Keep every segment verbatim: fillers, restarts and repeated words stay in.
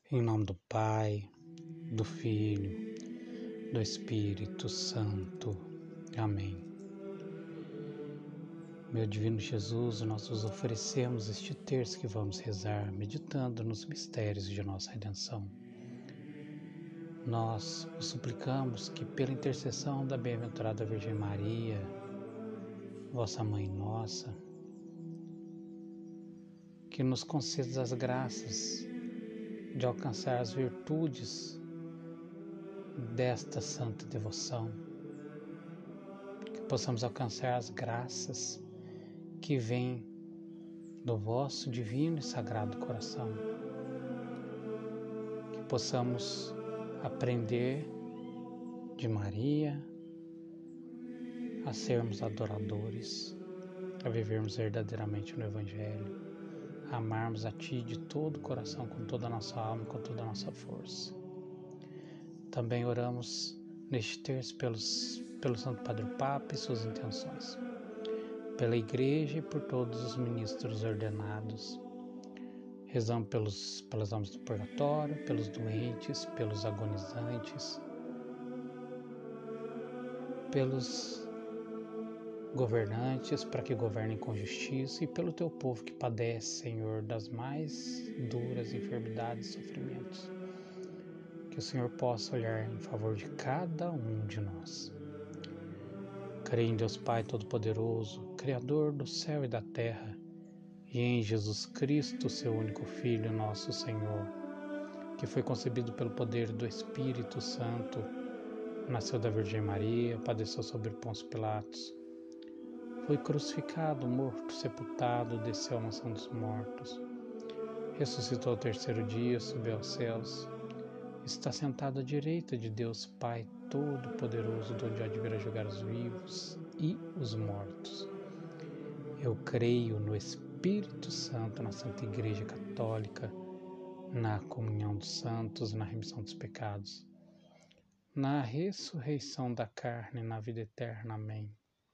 Em nome do Pai, do Filho, do Espírito Santo. Amém. Meu divino Jesus, nós vos oferecemos este terço que vamos rezar, meditando nos mistérios de nossa redenção. Nós vos suplicamos que, pela intercessão da bem-aventurada Virgem Maria, vossa Mãe nossa, que nos concedas as graças de alcançar as virtudes desta santa devoção, que possamos alcançar as graças que vêm do vosso divino e sagrado coração, que possamos aprender de Maria a sermos adoradores, a vivermos verdadeiramente no Evangelho, a amarmos a Ti de todo o coração, com toda a nossa alma e com toda a nossa força. Também oramos neste terço pelos, pelo Santo Padre Papa e suas intenções, pela Igreja e por todos os ministros ordenados. Rezamos pelos, pelas almas do purgatório, pelos doentes, pelos agonizantes, pelos governantes, para que governem com justiça, e pelo Teu povo que padece, Senhor, das mais duras enfermidades e sofrimentos. Que o Senhor possa olhar em favor de cada um de nós. Creio em Deus Pai Todo-Poderoso, Criador do céu e da terra, e em Jesus Cristo, Seu único Filho, nosso Senhor, que foi concebido pelo poder do Espírito Santo, nasceu da Virgem Maria, padeceu sobre Pôncio Pilatos, foi crucificado, morto, sepultado, desceu à mansão dos mortos, ressuscitou ao terceiro dia, subiu aos céus, está sentado à direita de Deus Pai Todo-Poderoso, de onde há de vir a julgar os vivos e os mortos. Eu creio no Espírito Santo, na Santa Igreja Católica, na comunhão dos santos, na remissão dos pecados, na ressurreição da carne, na vida eterna. Amém.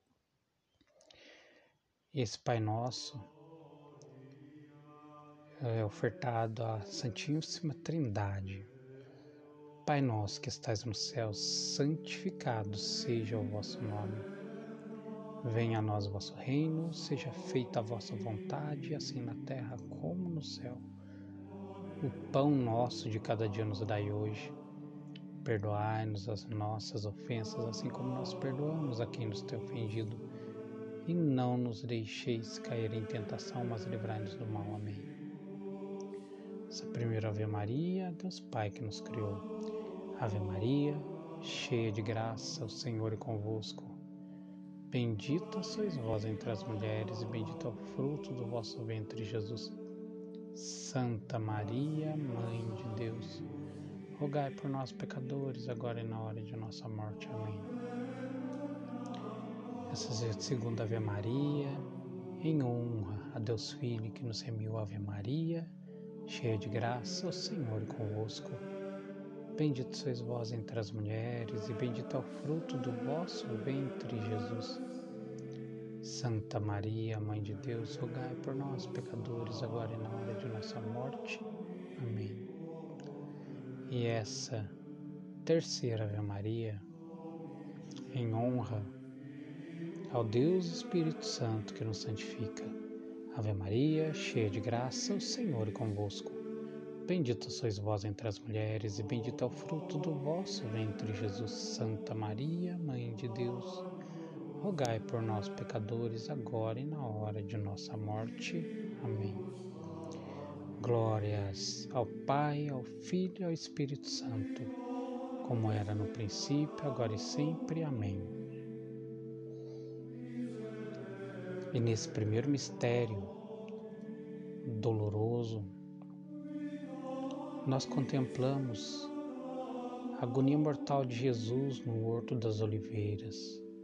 Esse Pai Nosso é ofertado à Santíssima Trindade. Pai nosso que estais no céu, santificado seja o vosso nome. Venha a nós o vosso reino, seja feita a vossa vontade, assim na terra como no céu. O pão nosso de cada dia nos dai hoje. Perdoai-nos as nossas ofensas, assim como nós perdoamos a quem nos tem ofendido. E não nos deixeis cair em tentação, mas livrai-nos do mal. Amém. Essa primeira Ave Maria, Deus Pai que nos criou. Ave Maria, cheia de graça, o Senhor é convosco. Bendita sois vós entre as mulheres, e bendito é o fruto do vosso ventre, Jesus. Santa Maria, Mãe de Deus, rogai por nós, pecadores, agora e na hora de nossa morte. Amém. Essa é a segunda Ave Maria, em honra a Deus Filho que nos remiu. Ave Maria, cheia de graça, o Senhor é convosco. Bendito sois vós entre as mulheres, e bendito é o fruto do vosso ventre, Jesus. Santa Maria, Mãe de Deus, rogai por nós, pecadores, agora e na hora de nossa morte. Amém. E essa terceira Ave Maria, em honra ao Deus Espírito Santo que nos santifica. Ave Maria, cheia de graça, o Senhor é convosco. Bendita sois vós entre as mulheres, e bendito é o fruto do vosso ventre, Jesus. Santa Maria, Mãe de Deus, rogai por nós, pecadores, agora e na hora de nossa morte. Amém. Glórias ao Pai, ao Filho e ao Espírito Santo, como era no princípio, agora e sempre. Amém. E nesse primeiro mistério doloroso, nós contemplamos a agonia mortal de Jesus no Horto das Oliveiras.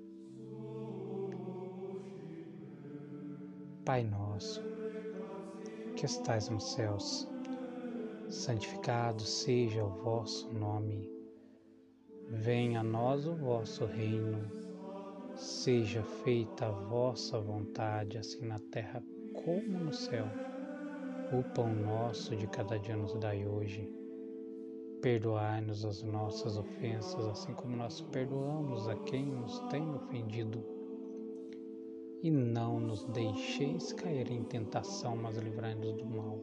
Pai nosso, que estais nos céus, santificado seja o vosso nome. Venha a nós o vosso reino. Seja feita a vossa vontade, assim na terra como no céu. O pão nosso de cada dia nos dai hoje. Perdoai-nos as nossas ofensas, assim como nós perdoamos a quem nos tem ofendido. E não nos deixeis cair em tentação, mas livrai-nos do mal.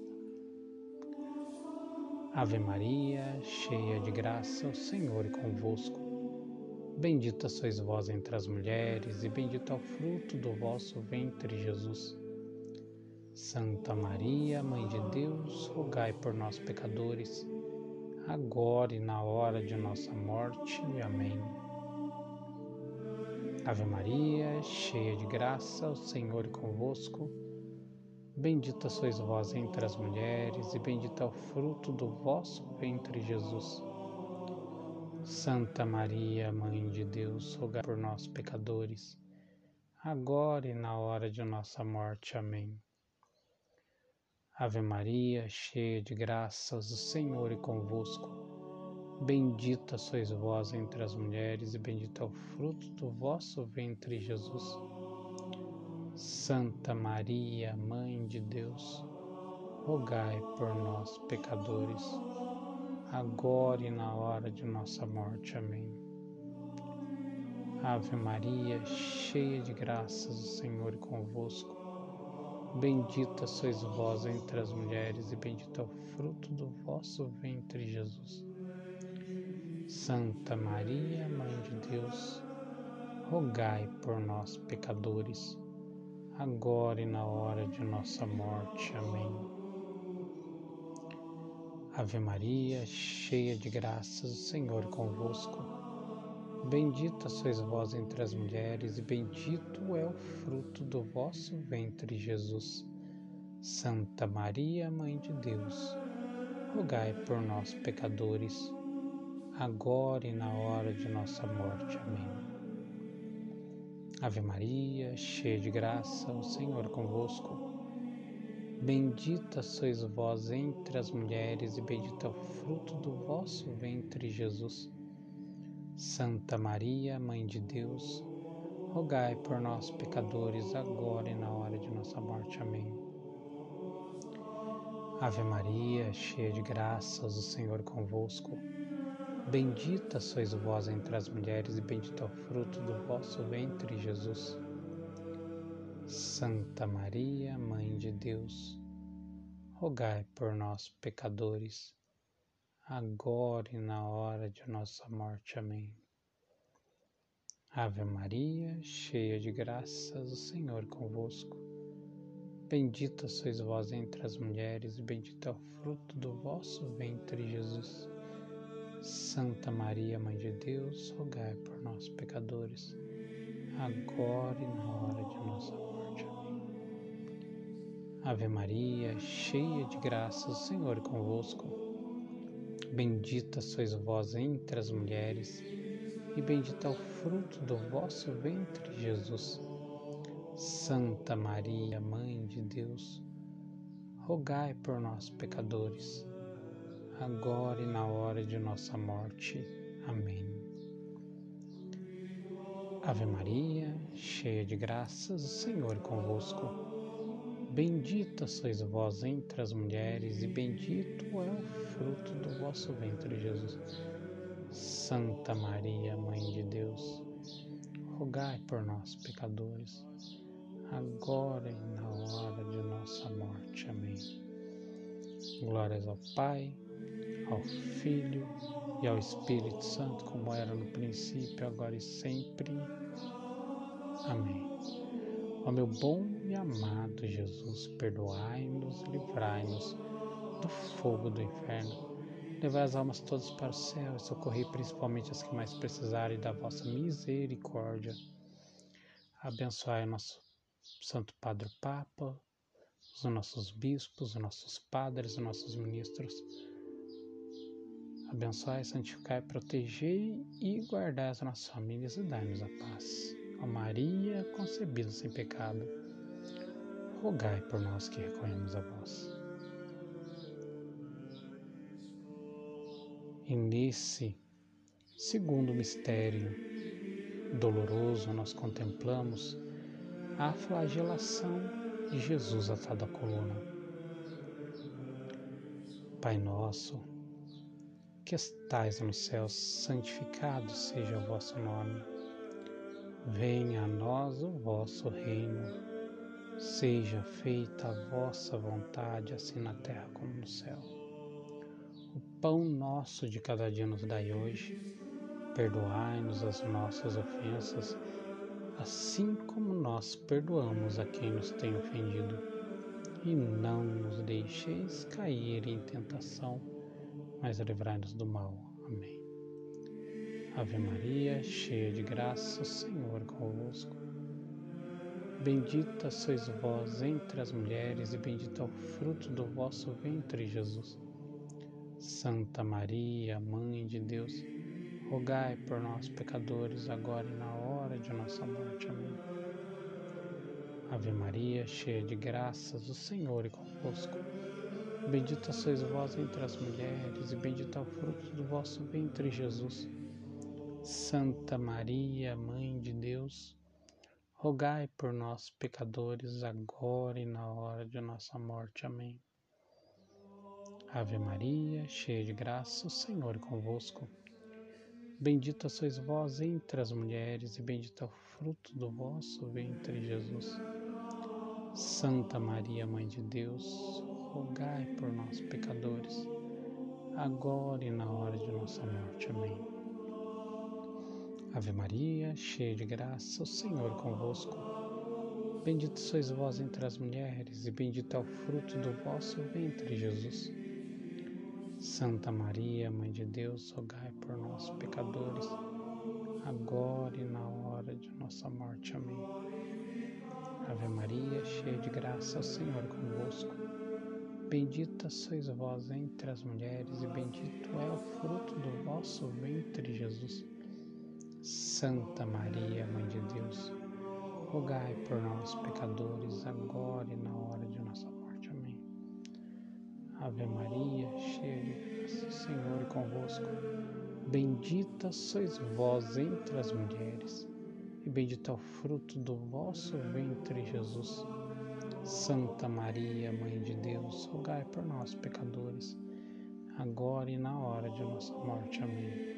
Ave Maria, cheia de graça, o Senhor é convosco. Bendita sois vós entre as mulheres, e bendito é o fruto do vosso ventre, Jesus. Santa Maria, Mãe de Deus, rogai por nós, pecadores, agora e na hora de nossa morte. Amém. Ave Maria, cheia de graça, o Senhor é convosco. Bendita sois vós entre as mulheres, e bendito é o fruto do vosso ventre, Jesus. Santa Maria, Mãe de Deus, rogai por nós, pecadores, agora e na hora de nossa morte. Amém. Ave Maria, cheia de graças, o Senhor é convosco. Bendita sois vós entre as mulheres, e bendito é o fruto do vosso ventre, Jesus. Santa Maria, Mãe de Deus, rogai por nós, pecadores, agora e na hora de nossa morte. Amém. Ave Maria, cheia de graças, o Senhor é convosco. Bendita sois vós entre as mulheres, e bendito é o fruto do vosso ventre, Jesus. Santa Maria, Mãe de Deus, rogai por nós, pecadores, agora e na hora de nossa morte. Amém. Ave Maria, cheia de graças, o Senhor é convosco. Bendita sois vós entre as mulheres, e bendito é o fruto do vosso ventre, Jesus. Santa Maria, Mãe de Deus, rogai por nós, pecadores, agora e na hora de nossa morte. Amém. Ave Maria, cheia de graça, o Senhor é convosco. Bendita sois vós entre as mulheres, e bendito é o fruto do vosso ventre, Jesus. Santa Maria, Mãe de Deus, rogai por nós, pecadores, agora e na hora de nossa morte. Amém. Ave Maria, cheia de graças, o Senhor é convosco. Bendita sois vós entre as mulheres, e bendito é o fruto do vosso ventre, Jesus. Santa Maria, Mãe de Deus, rogai por nós, pecadores, agora e na hora de nossa morte. Amém. Ave Maria, cheia de graças, o Senhor é convosco. Bendita sois vós entre as mulheres, e bendito é o fruto do vosso ventre, Jesus. Santa Maria, Mãe de Deus, rogai por nós, pecadores, agora e na hora de nossa morte. Amém. Ave Maria, cheia de graças, o Senhor é convosco. Bendita sois vós entre as mulheres, e bendito é o fruto do vosso ventre, Jesus. Santa Maria, Mãe de Deus, rogai por nós, pecadores, agora e na hora de nossa morte. Amém. Ave Maria, cheia de graças, o Senhor é convosco. Bendita sois vós entre as mulheres, e bendito é o fruto do vosso ventre, Jesus. Santa Maria, Mãe de Deus, rogai por nós, pecadores, agora e na hora de nossa morte. Amém. Glórias ao Pai, ao Filho e ao Espírito Santo, como era no princípio, agora e sempre. Amém. Ó meu bom e amado Jesus, perdoai-nos e livrai-nos do fogo do inferno. Levai as almas todas para o céu e socorrei principalmente as que mais precisarem da vossa misericórdia. Abençoai o nosso Santo Padre Papa, os nossos bispos, os nossos padres, os nossos ministros. Abençoai, santificai, protegei e guardai as nossas famílias e dai-nos a paz. Ó Maria, concebida sem pecado, rogai por nós que recorremos a vós. E nesse segundo mistério doloroso, nós contemplamos a flagelação de Jesus atado à coluna. Pai nosso, que estais no céu, santificado seja o vosso nome. Venha a nós o vosso reino. Seja feita a vossa vontade, assim na terra como no céu. O pão nosso de cada dia nos dai hoje. Perdoai-nos as nossas ofensas, assim como nós perdoamos a quem nos tem ofendido. E não nos deixeis cair em tentação, mas livrai-nos do mal. Amém. Ave Maria, cheia de graça, o Senhor é convosco. Bendita sois vós entre as mulheres, e bendito é o fruto do vosso ventre, Jesus. Santa Maria, Mãe de Deus, rogai por nós, pecadores, agora e na hora de nossa morte. Amém. Ave Maria, cheia de graças, o Senhor é convosco. Bendita sois vós entre as mulheres, e bendito é o fruto do vosso ventre, Jesus. Santa Maria, Mãe de Deus, rogai por nós, pecadores, agora e na hora de nossa morte. Amém. Ave Maria, cheia de graça, o Senhor é convosco. Bendita sois vós entre as mulheres, e bendito é o fruto do vosso ventre, Jesus. Santa Maria, Mãe de Deus, rogai por nós, pecadores, agora e na hora de nossa morte. Amém. Ave Maria, cheia de graça, o Senhor é convosco. Bendita sois vós entre as mulheres, e bendito é o fruto do vosso ventre, Jesus. Santa Maria, Mãe de Deus, rogai por nós, pecadores, agora e na hora de nossa morte. Amém. Ave Maria, cheia de graça, o Senhor é convosco. Bendita sois vós entre as mulheres, e bendito é o fruto do vosso ventre, Jesus. Santa Maria, Mãe de Deus, rogai por nós, pecadores, agora e na hora de nossa morte. Amém. Ave Maria, cheia de graça, o Senhor é convosco. Bendita sois vós entre as mulheres, e bendito é o fruto do vosso ventre, Jesus. Santa Maria, Mãe de Deus, rogai por nós, pecadores, agora e na hora de nossa morte. Amém.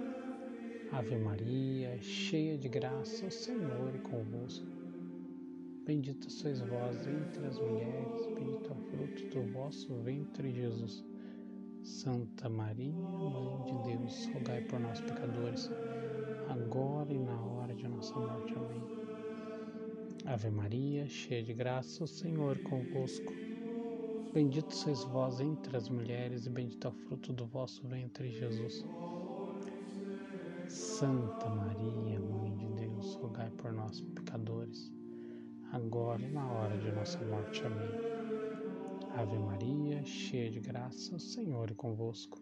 Ave Maria, cheia de graça, o Senhor é convosco. Bendita sois vós entre as mulheres, bendito é o fruto do vosso ventre, Jesus. Santa Maria, Mãe de Deus, rogai por nós, pecadores, agora e na hora de nossa morte. Amém. Ave Maria, cheia de graça, o Senhor é convosco. Bendito sois vós entre as mulheres, e bendito é o fruto do vosso ventre, Jesus. Santa Maria, Mãe de Deus, rogai por nós, pecadores, agora e na hora de nossa morte. Amém. Ave Maria, cheia de graça, o Senhor é convosco.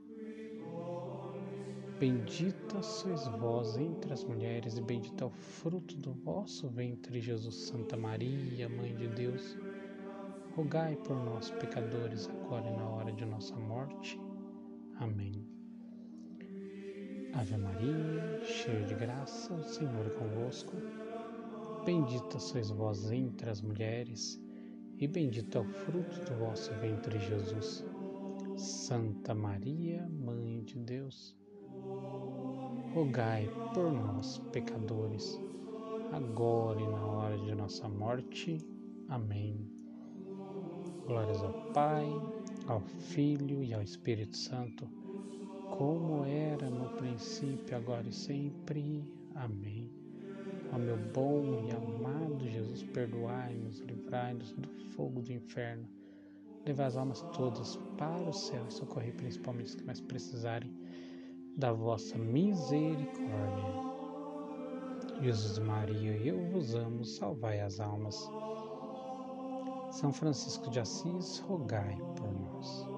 Bendita sois vós entre as mulheres, e bendito é o fruto do vosso ventre, Jesus. Santa Maria, Mãe de Deus, rogai por nós, pecadores, agora e na hora de nossa morte. Amém. Ave Maria, cheia de graça, o Senhor é convosco. Bendita sois vós entre as mulheres, e bendito é o fruto do vosso ventre, Jesus. Santa Maria, Mãe de Deus, rogai por nós, pecadores, agora e na hora de nossa morte. Amém. Glórias ao Pai, ao Filho e ao Espírito Santo, como era no princípio, agora e sempre. Amém. Ó meu bom e amado Jesus, perdoai-nos, livrai-nos do fogo do inferno, levai as almas todas para o céu e socorrei principalmente os que mais precisarem da vossa misericórdia. Jesus e Maria, eu vos amo, salvai as almas. São Francisco de Assis, rogai por nós.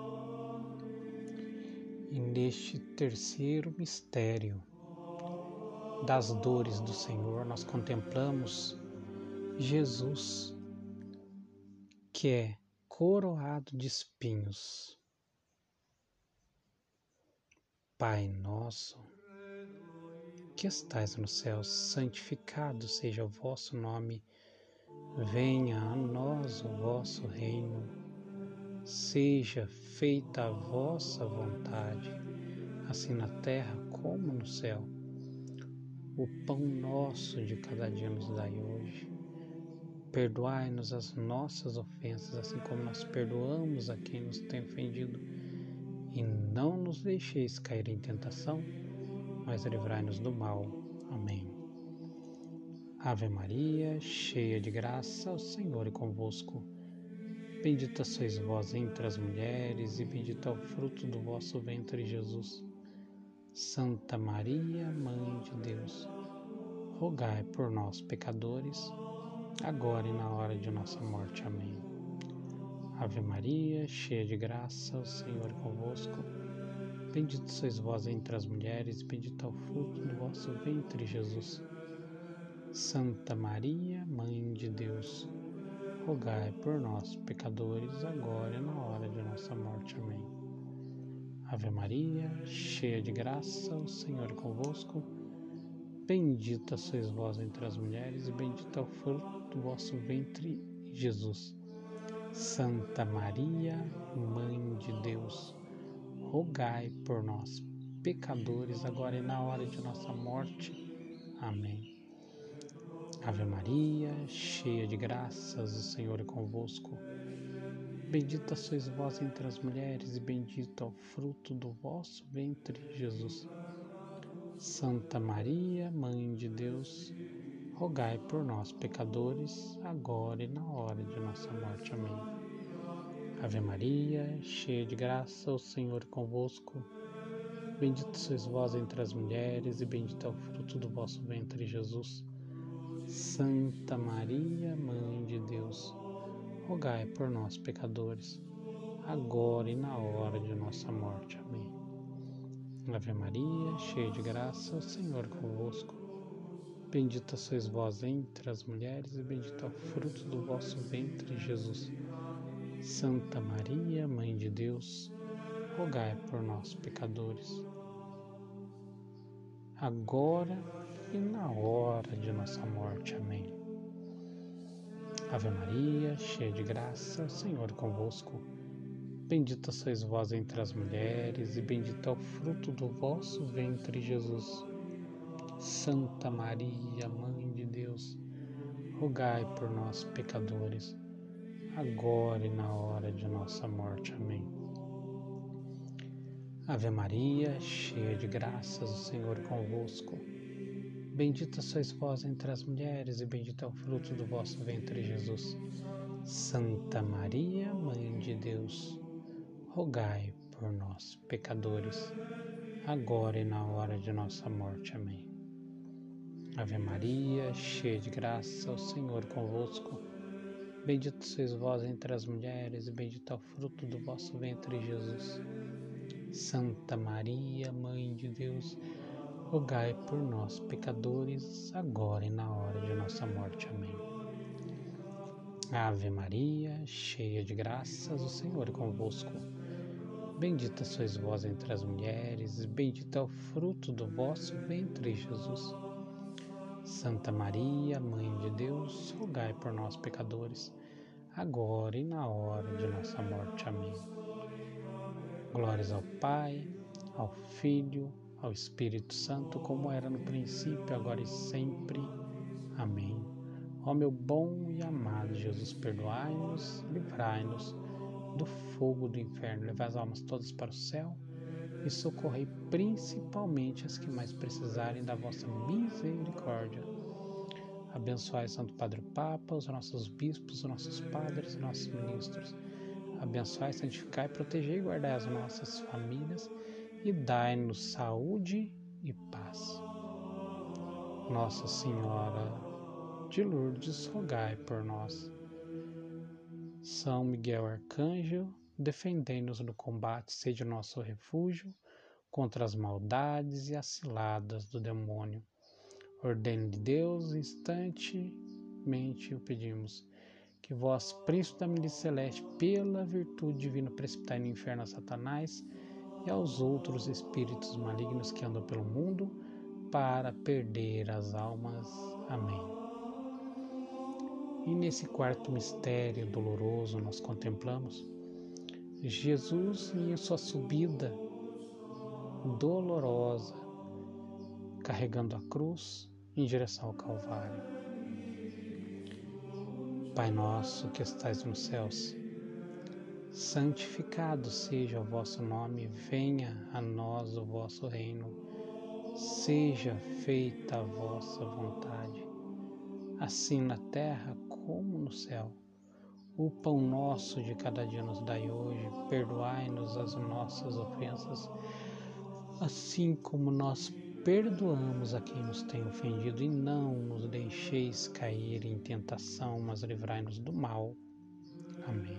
E neste terceiro mistério das dores do Senhor, nós contemplamos Jesus, que é coroado de espinhos. Pai nosso, que estais no céu, santificado seja o vosso nome. Venha a nós o vosso reino. Seja feita a vossa vontade, assim na terra como no céu. O pão nosso de cada dia nos dai hoje. Perdoai-nos as nossas ofensas, assim como nós perdoamos a quem nos tem ofendido. E não nos deixeis cair em tentação, mas livrai-nos do mal. Amém. Ave Maria, cheia de graça, o Senhor é convosco. Bendita sois vós entre as mulheres, e bendito é o fruto do vosso ventre, Jesus. Santa Maria, Mãe de Deus, rogai por nós, pecadores, agora e na hora de nossa morte. Amém. Ave Maria, cheia de graça, o Senhor é convosco. Bendito sois vós entre as mulheres, e bendito é o fruto do vosso ventre, Jesus. Santa Maria, Mãe de Deus, rogai por nós, pecadores, agora e na hora de nossa morte. Amém. Ave Maria, cheia de graça, o Senhor é convosco. Bendita sois vós entre as mulheres, e bendito é o fruto do vosso ventre, Jesus. Santa Maria, Mãe de Deus, rogai por nós, pecadores, agora e na hora de nossa morte. Amém. Ave Maria, cheia de graças, o Senhor é convosco. Bendita sois vós entre as mulheres, e bendito é o fruto do vosso ventre, Jesus. Santa Maria, Mãe de Deus, rogai por nós, pecadores, agora e na hora de nossa morte. Amém. Ave Maria, cheia de graça, o Senhor é convosco. Bendita sois vós entre as mulheres, e bendito é o fruto do vosso ventre, Jesus. Santa Maria, Mãe de Deus, rogai por nós, pecadores, agora e na hora de nossa morte. Amém. Ave Maria, cheia de graça, o Senhor é convosco. Bendita sois vós entre as mulheres, e bendito é o fruto do vosso ventre, Jesus. Santa Maria, Mãe de Deus, rogai por nós, pecadores, agora e na hora de nossa morte. Amém. Ave Maria, cheia de graça, o Senhor é convosco. Bendita sois vós entre as mulheres, e bendito é o fruto do vosso ventre, Jesus. Santa Maria, Mãe de Deus, rogai por nós, pecadores, agora e na hora de nossa morte. Amém. Ave Maria, cheia de graças, o Senhor é convosco. Bendita sois vós entre as mulheres, e bendito é o fruto do vosso ventre, Jesus. Santa Maria, Mãe de Deus, rogai por nós, pecadores, agora e na hora de nossa morte. Amém. Ave Maria, cheia de graça, o Senhor é convosco. Bendito sois vós entre as mulheres, e bendito é o fruto do vosso ventre, Jesus. Santa Maria, Mãe de Deus, rogai por nós, pecadores, agora e na hora de nossa morte. Amém. Ave Maria, cheia de graças, o Senhor é convosco. Bendita sois vós entre as mulheres, e bendito é o fruto do vosso ventre, Jesus. Santa Maria, Mãe de Deus, rogai por nós, pecadores, agora e na hora de nossa morte. Amém. Glórias ao Pai, ao Filho, ao Espírito Santo, como era no princípio, agora e sempre. Amém. Ó meu bom e amado Jesus, perdoai-nos, livrai-nos do fogo do inferno, levai as almas todas para o céu e socorrei principalmente as que mais precisarem da vossa misericórdia. Abençoai Santo Padre Papa, os nossos bispos, os nossos padres, os nossos ministros. Abençoai, santificai, protegei e guardai as nossas famílias e dai-nos saúde e paz. Nossa Senhora de Lourdes, rogai por nós. São Miguel Arcanjo, defendei-nos no combate, sede nosso refúgio contra as maldades e as ciladas do demônio. Ordem de Deus, instantemente o pedimos, que vós, príncipe da milícia celeste, pela virtude divina, precipitai no inferno a Satanás e aos outros espíritos malignos que andam pelo mundo, para perder as almas. Amém. E nesse quarto mistério doloroso nós contemplamos Jesus em sua subida dolorosa, carregando a cruz em direção ao Calvário. Pai nosso que estais nos céus, santificado seja o vosso nome, venha a nós o vosso reino, seja feita a vossa vontade, assim na terra como no céu. O pão nosso de cada dia nos dai hoje, perdoai-nos as nossas ofensas, assim como nós perdoamos a quem nos tem ofendido, e não nos deixeis cair em tentação, mas livrai-nos do mal. Amém.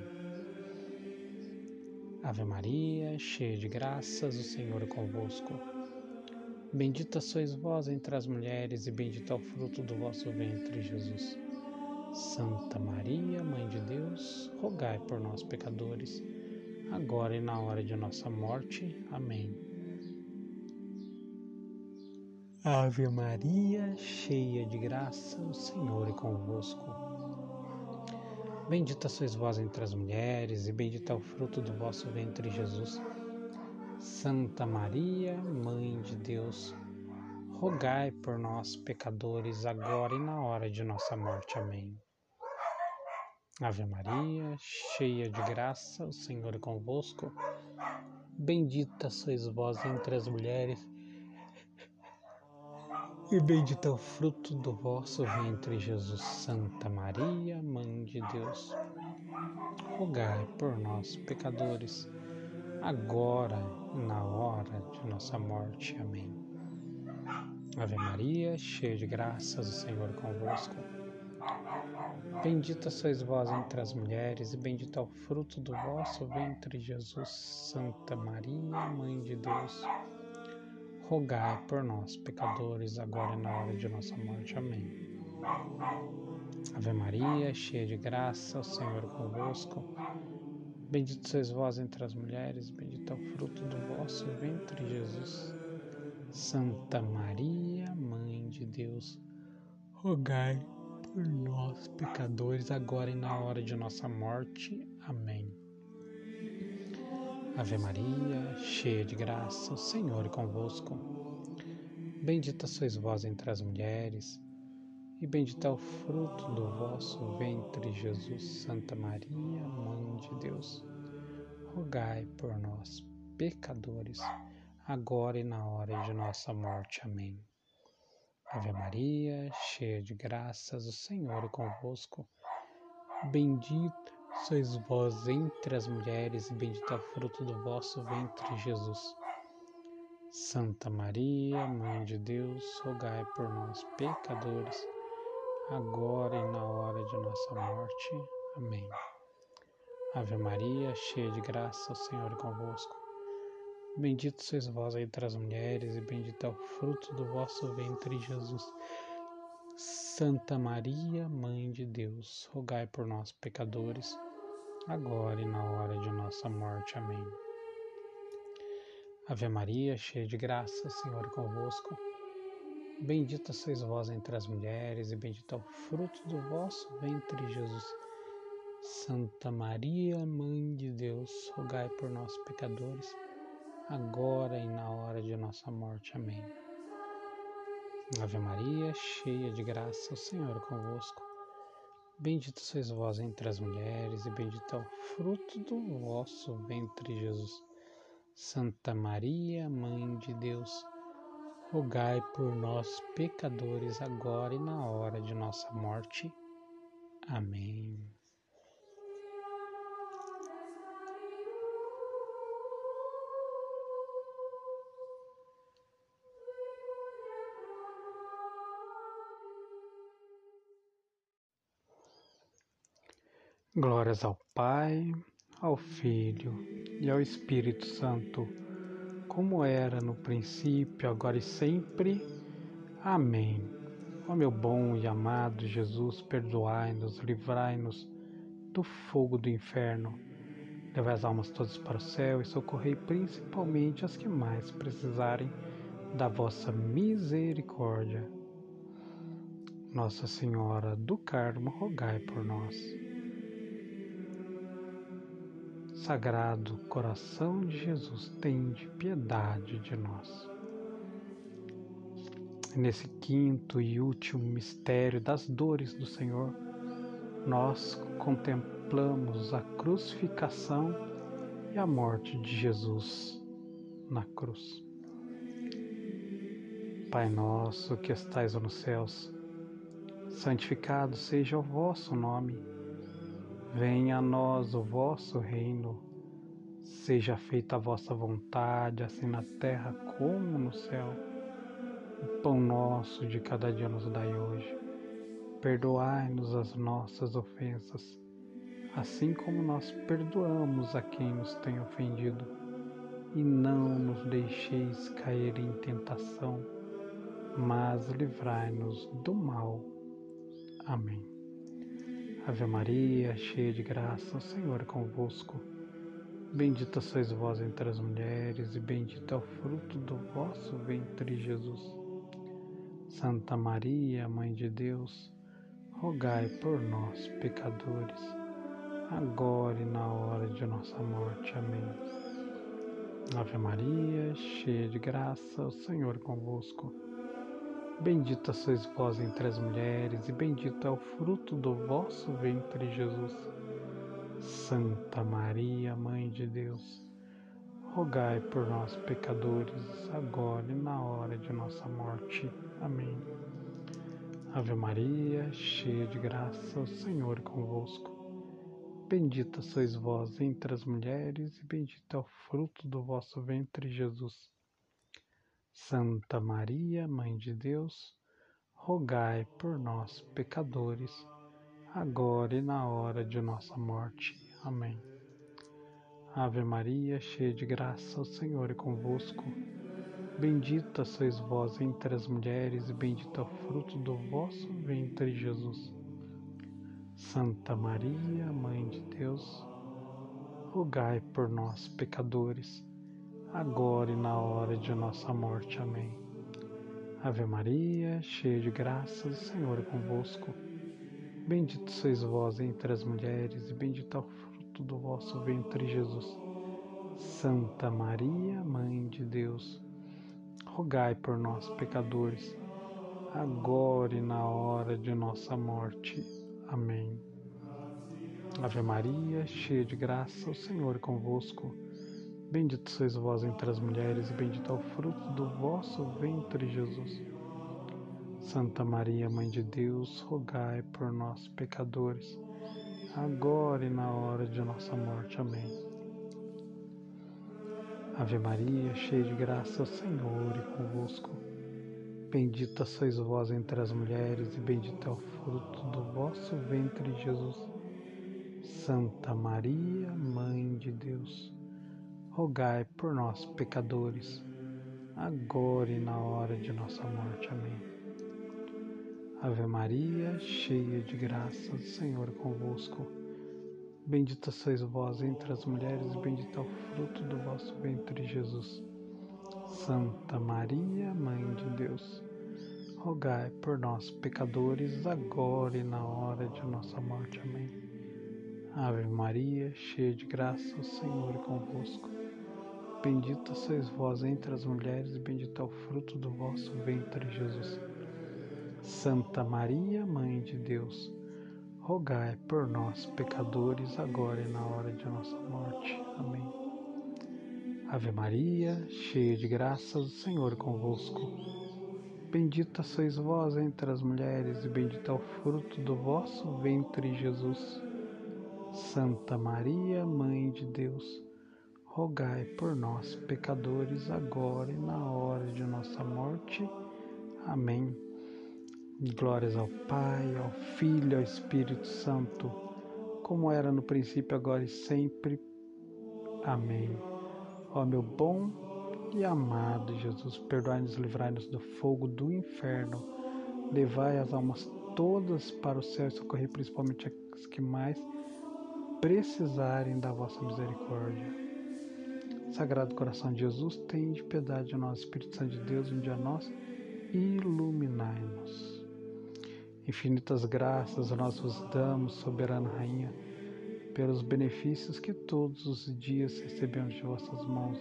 Ave Maria, cheia de graças, o Senhor é convosco. Bendita sois vós entre as mulheres, e bendito é o fruto do vosso ventre, Jesus. Santa Maria, Mãe de Deus, rogai por nós, pecadores, agora e na hora de nossa morte. Amém. Ave Maria, cheia de graça, o Senhor é convosco. Bendita sois vós entre as mulheres, e bendito é o fruto do vosso ventre, Jesus. Santa Maria, Mãe de Deus, rogai por nós, pecadores, agora e na hora de nossa morte. Amém. Ave Maria, cheia de graça, o Senhor é convosco. Bendita sois vós entre as mulheres, e bendito é o fruto do vosso ventre, Jesus. Santa Maria, Mãe de Deus, rogai por nós, pecadores, agora e na hora de nossa morte. Amém. Ave Maria, cheia de graças, o Senhor é convosco. Bendita sois vós entre as mulheres, e bendito é o fruto do vosso ventre, Jesus. Santa Maria, Mãe de Deus, rogai por nós, pecadores, agora e na hora de nossa morte. Amém. Ave Maria, cheia de graça, o Senhor é convosco. Bendito sois vós entre as mulheres, bendito é o fruto do vosso ventre, Jesus. Santa Maria, Mãe de Deus, rogai por nós, pecadores, agora e na hora de nossa morte. Amém. Ave Maria, cheia de graça, o Senhor é convosco. Bendita sois vós entre as mulheres, e bendito é o fruto do vosso ventre, Jesus. Santa Maria, Mãe de Deus, rogai por nós, pecadores, agora e na hora de nossa morte. Amém. Ave Maria, cheia de graças, o Senhor é convosco. Bendita sois vós entre as mulheres, e bendito é o fruto do vosso ventre, Jesus. Santa Maria, Mãe de Deus, rogai por nós, pecadores, agora e na hora de nossa morte. Amém. Ave Maria, cheia de graça, o Senhor é convosco. Bendito sois vós entre as mulheres, e bendito é o fruto do vosso ventre, Jesus. Santa Maria, Mãe de Deus, rogai por nós, pecadores, agora e na hora de nossa morte. Amém. Ave Maria, cheia de graça, o Senhor é convosco. Bendita sois vós entre as mulheres, e bendito é o fruto do vosso ventre, Jesus. Santa Maria, Mãe de Deus, rogai por nós, pecadores, agora e na hora de nossa morte. Amém. Ave Maria, cheia de graça, o Senhor é convosco. Bendita sois vós entre as mulheres, e bendito é o fruto do vosso ventre, Jesus. Santa Maria, Mãe de Deus, rogai por nós, pecadores, agora e na hora de nossa morte. Amém. Glórias ao Pai, ao Filho e ao Espírito Santo, como era no princípio, agora e sempre. Amém. Ó meu bom e amado Jesus, perdoai-nos, livrai-nos do fogo do inferno, levai as almas todas para o céu e socorrei principalmente as que mais precisarem da vossa misericórdia. Nossa Senhora do Carmo, rogai por nós. Sagrado coração de Jesus, tende piedade de nós. Nesse quinto e último mistério das dores do Senhor, nós contemplamos a crucificação e a morte de Jesus na cruz. Pai nosso que estais nos céus, santificado seja o vosso nome. Venha a nós o vosso reino. Seja feita a vossa vontade, assim na terra como no céu. O pão nosso de cada dia nos dai hoje. Perdoai-nos as nossas ofensas, assim como nós perdoamos a quem nos tem ofendido. E não nos deixeis cair em tentação, mas livrai-nos do mal. Amém. Ave Maria, cheia de graça, o Senhor é convosco. Bendita sois vós entre as mulheres, e bendito é o fruto do vosso ventre, Jesus. Santa Maria, Mãe de Deus, rogai por nós, pecadores, agora e na hora de nossa morte. Amém. Ave Maria, cheia de graça, o Senhor é convosco. Bendita sois vós entre as mulheres, e bendito é o fruto do vosso ventre, Jesus. Santa Maria, Mãe de Deus, rogai por nós, pecadores, agora e na hora de nossa morte. Amém. Ave Maria, cheia de graça, o Senhor é convosco. Bendita sois vós entre as mulheres, e bendito é o fruto do vosso ventre, Jesus. Santa Maria, Mãe de Deus, rogai por nós, pecadores, agora e na hora de nossa morte. Amém. Ave Maria, cheia de graça, o Senhor é convosco. Bendita sois vós entre as mulheres, e bendito é o fruto do vosso ventre, Jesus. Santa Maria, Mãe de Deus, rogai por nós, pecadores, agora e na hora de nossa morte. Amém. Ave Maria, cheia de graça, o Senhor é convosco. Bendito sois vós entre as mulheres, e bendito é o fruto do vosso ventre, Jesus. Santa Maria, Mãe de Deus, rogai por nós, pecadores, agora e na hora de nossa morte. Amém. Ave Maria, cheia de graça, o Senhor é convosco. Bendito sois vós entre as mulheres, e bendito é o fruto do vosso ventre, Jesus. Santa Maria, Mãe de Deus, rogai por nós, pecadores, agora e na hora de nossa morte. Amém. Ave Maria, cheia de graça, o Senhor é convosco. Bendita sois vós entre as mulheres, e bendito é o fruto do vosso ventre, Jesus. Santa Maria, Mãe de Deus, rogai por nós, pecadores, agora e na hora de nossa morte. Amém. Ave Maria, cheia de graça, o Senhor é convosco. Bendita sois vós entre as mulheres, e bendito é o fruto do vosso ventre, Jesus. Santa Maria, Mãe de Deus, rogai por nós, pecadores, agora e na hora de nossa morte. Amém. Ave Maria, cheia de graça, o Senhor é convosco. Bendita sois vós entre as mulheres, e bendito é o fruto do vosso ventre, Jesus. Santa Maria, Mãe de Deus, rogai por nós, pecadores, agora e na hora de nossa morte. Amém. Ave Maria, cheia de graça, o Senhor é convosco. Bendita sois vós entre as mulheres, e bendito é o fruto do vosso ventre, Jesus. Santa Maria, Mãe de Deus, rogai por nós, pecadores, agora e na hora de nossa morte. Amém. Glórias ao Pai, ao Filho e ao Espírito Santo, como era no princípio, agora e sempre. Amém. Ó meu bom e amado Jesus, perdoai-nos e livrai-nos do fogo do inferno. Levai as almas todas para o céu e socorrei principalmente as que mais precisarem da vossa misericórdia. Sagrado coração de Jesus, tende piedade de nós. Espírito Santo de Deus, vinde a nós e iluminai-nos. Infinitas graças nós vos damos, soberana Rainha, pelos benefícios que todos os dias recebemos de vossas mãos.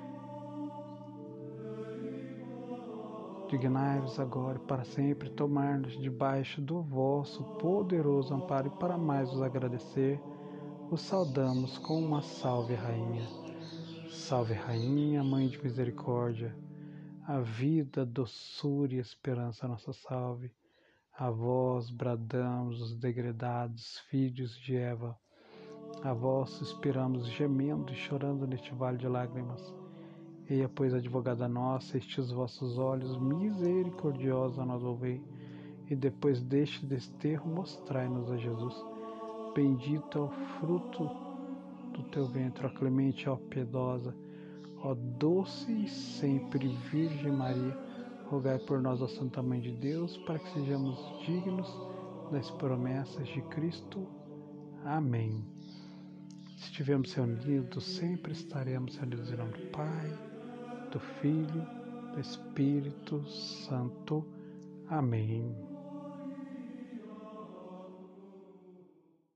Dignai-vos agora e para sempre tomar-nos debaixo do vosso poderoso amparo, e para mais vos agradecer, os saudamos com uma salve, Rainha. Salve, Rainha, Mãe de Misericórdia, a vida, doçura e esperança, nossa salve. A vós bradamos os degredados filhos de Eva, a vós suspiramos gemendo e chorando neste vale de lágrimas. Eia, pois, advogada nossa, estes vossos olhos misericordiosos a nós ouvei, e depois deste desterro mostrai-nos a Jesus. Bendito é o fruto do teu ventre, ó clemente, ó piedosa, ó doce e sempre Virgem Maria, rogai por nós, ó Santa Mãe de Deus, para que sejamos dignos das promessas de Cristo. Amém. Se estivermos reunidos, sempre estaremos reunidos em nome do Pai, do Filho, do Espírito Santo. Amém.